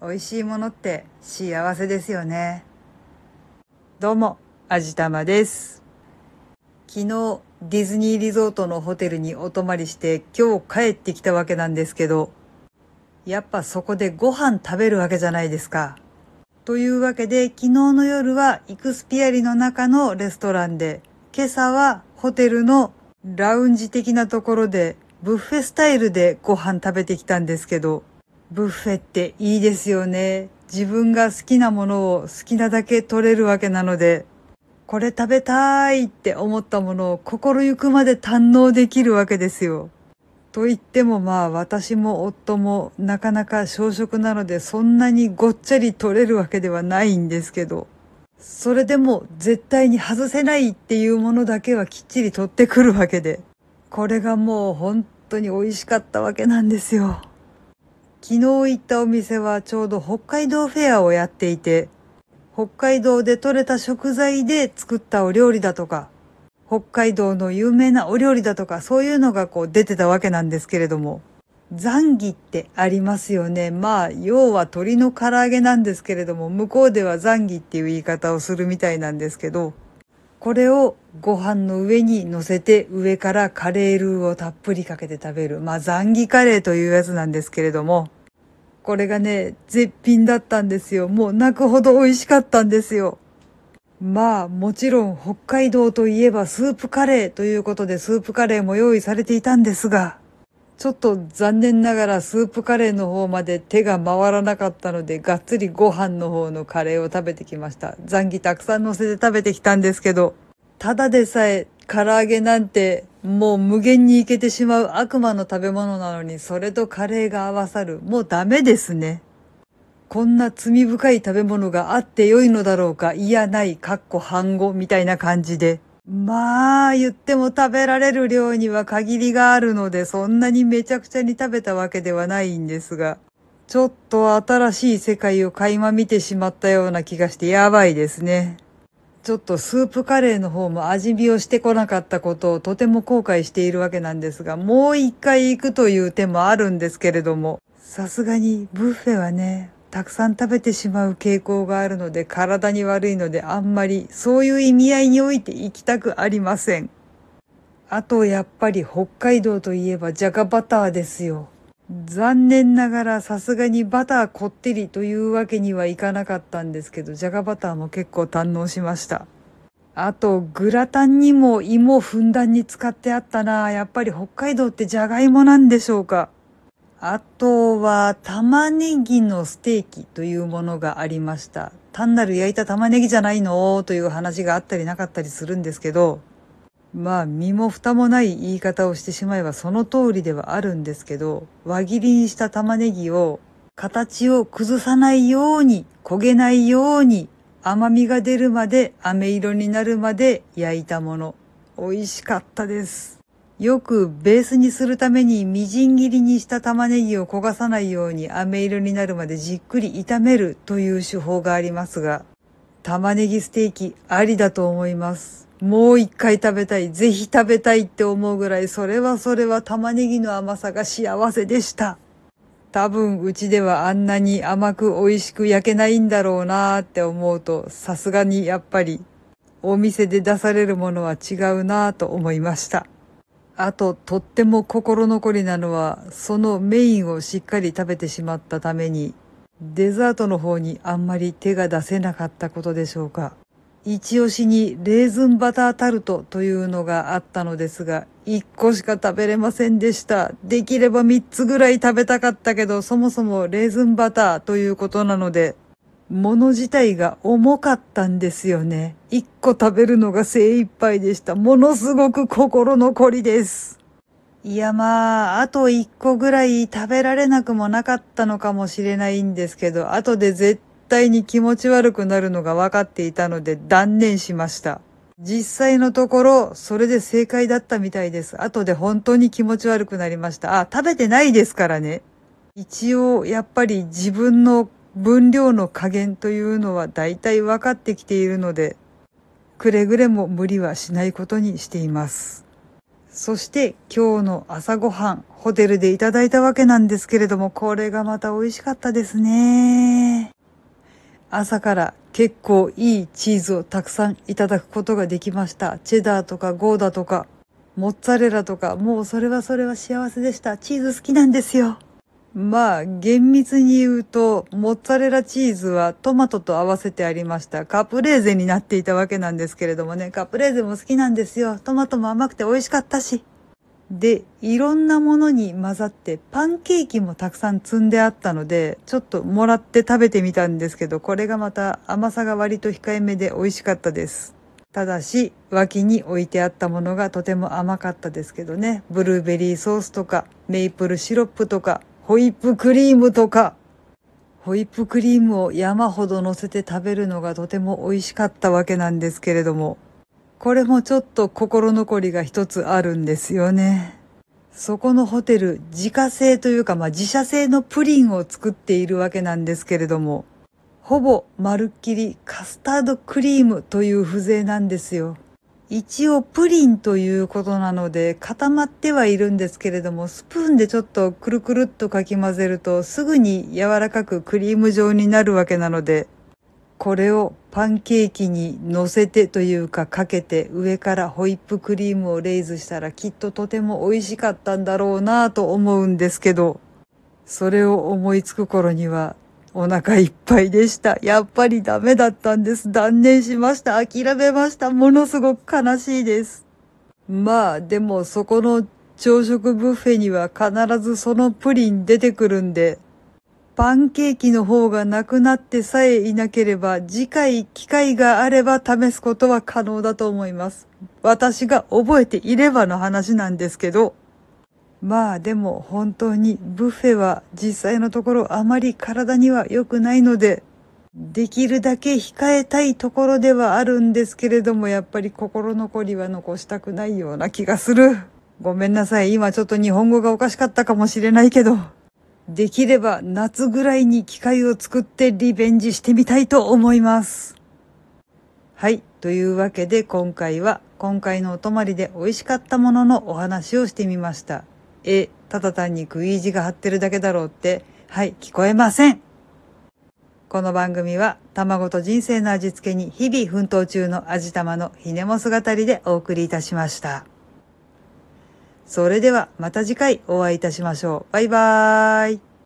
美味しいものって幸せですよね。どうも、あじたまです。昨日、ディズニーリゾートのホテルにお泊まりして今日帰ってきたわけなんですけど、やっぱそこでご飯食べるわけじゃないですか。というわけで、昨日の夜はイクスピアリの中のレストランで、今朝はホテルのラウンジ的なところでブッフェスタイルでご飯食べてきたんですけど、ブッフェっていいですよね。自分が好きなものを好きなだけ取れるわけなので、これ食べたいって思ったものを心ゆくまで堪能できるわけですよ。と言っても私も夫もなかなか小食なのでそんなにごっちゃり取れるわけではないんですけど、それでも絶対に外せないっていうものだけはきっちり取ってくるわけで、これがもう本当に美味しかったわけなんですよ。昨日行ったお店はちょうど北海道フェアをやっていて、北海道で採れた食材で作ったお料理だとか、北海道の有名なお料理だとか、そういうのが出てたわけなんですけれども、ザンギってありますよね。要は鶏の唐揚げなんですけれども、向こうではザンギっていう言い方をするみたいなんですけど、これをご飯の上に乗せて上からカレールーをたっぷりかけて食べる。ザンギカレーというやつなんですけれども、これがね、絶品だったんですよ。もう泣くほど美味しかったんですよ。もちろん北海道といえばスープカレーということでスープカレーも用意されていたんですが、ちょっと残念ながらスープカレーの方まで手が回らなかったので、がっつりご飯の方のカレーを食べてきました。ザンギたくさん乗せて食べてきたんですけど、ただでさえ唐揚げなんてもう無限にいけてしまう悪魔の食べ物なのに、それとカレーが合わさる。もうダメですね。こんな罪深い食べ物があって良いのだろうか、いやない、半語みたいな感じで。言っても食べられる量には限りがあるので、そんなにめちゃくちゃに食べたわけではないんですが、ちょっと新しい世界を垣間見てしまったような気がしてやばいですね。ちょっとスープカレーの方も味見をしてこなかったことをとても後悔しているわけなんですが、もう一回行くという手もあるんですけれども、さすがにブッフェはね、たくさん食べてしまう傾向があるので体に悪いのであんまりそういう意味合いにおいて行きたくありません。あとやっぱり北海道といえばじゃがバターですよ。残念ながらさすがにバターこってりというわけにはいかなかったんですけど、じゃがバターも結構堪能しました。あとグラタンにも芋ふんだんに使ってあったな。やっぱり北海道ってじゃがいもなんでしょうか。あとは玉ねぎのステーキというものがありました。単なる焼いた玉ねぎじゃないのという話があったりなかったりするんですけど、身も蓋もない言い方をしてしまえばその通りではあるんですけど、輪切りにした玉ねぎを形を崩さないように、焦げないように、甘みが出るまで、飴色になるまで焼いたもの。美味しかったです。よくベースにするためにみじん切りにした玉ねぎを焦がさないように飴色になるまでじっくり炒めるという手法がありますが、玉ねぎステーキありだと思います。もう一回食べたい、ぜひ食べたいって思うぐらい、それは玉ねぎの甘さが幸せでした。多分うちではあんなに甘く美味しく焼けないんだろうなーって思うと、さすがにやっぱりお店で出されるものは違うなーと思いました。あと、とっても心残りなのは、そのメインをしっかり食べてしまったために、デザートの方にあんまり手が出せなかったことでしょうか。一押しにレーズンバタータルトというのがあったのですが、1個しか食べれませんでした。できれば3つぐらい食べたかったけど、そもそもレーズンバターということなので、物自体が重かったんですよね。1個食べるのが精一杯でした。ものすごく心残りです。いやあと1個ぐらい食べられなくもなかったのかもしれないんですけど、後で絶対に気持ち悪くなるのが分かっていたので断念しました。実際のところ、それで正解だったみたいです。後で本当に気持ち悪くなりました。食べてないですからね。一応、やっぱり自分の分量の加減というのは大体分かってきているので、くれぐれも無理はしないことにしています。 そして今日の朝ごはん、ホテルでいただいたわけなんですけれども、これがまた美味しかったですね。朝から結構いいチーズをたくさんいただくことができました。チェダーとかゴーダとか、モッツァレラとか、もうそれは幸せでした。チーズ好きなんですよ。まあ、厳密に言うと、モッツァレラチーズはトマトと合わせてありましたカプレーゼになっていたわけなんですけれどもね、カプレーゼも好きなんですよ。トマトも甘くて美味しかったし。で、いろんなものに混ざってパンケーキもたくさん積んであったので、ちょっともらって食べてみたんですけど、これがまた甘さが割と控えめで美味しかったです。ただし、脇に置いてあったものがとても甘かったですけどね、ブルーベリーソースとか、メープルシロップとか、ホイップクリームとか、ホイップクリームを山ほど乗せて食べるのがとても美味しかったわけなんですけれども、これもちょっと心残りが一つあるんですよね。そこのホテル、自家製というか自社製のプリンを作っているわけなんですけれども、ほぼまるっきりカスタードクリームという風情なんですよ。一応プリンということなので固まってはいるんですけれども、スプーンでちょっとくるくるっとかき混ぜるとすぐに柔らかくクリーム状になるわけなので、これをパンケーキに乗せてというかかけて上からホイップクリームをレイズしたらきっととても美味しかったんだろうなぁと思うんですけど、それを思いつく頃にはお腹いっぱいでした。やっぱりダメだったんです。断念しました。諦めました。ものすごく悲しいです。まあでもそこの朝食ブッフェには必ずそのプリン出てくるんで、パンケーキの方がなくなってさえいなければ次回機会があれば試すことは可能だと思います。私が覚えていればの話なんですけど、まあでも本当にブッフェは実際のところあまり体には良くないので、できるだけ控えたいところではあるんですけれども、やっぱり心残りは残したくないような気がする。ごめんなさい。今ちょっと日本語がおかしかったかもしれないけど、できれば夏ぐらいに機会を作ってリベンジしてみたいと思います。はい。というわけで今回のお泊まりで美味しかったもののお話をしてみました。ただ単に食い意地が張ってるだけだろうって、はい、聞こえません。この番組は卵と人生の味付けに日々奮闘中の味玉のひねも姿りでお送りいたしました。それではまた次回お会いいたしましょう。バイバーイ。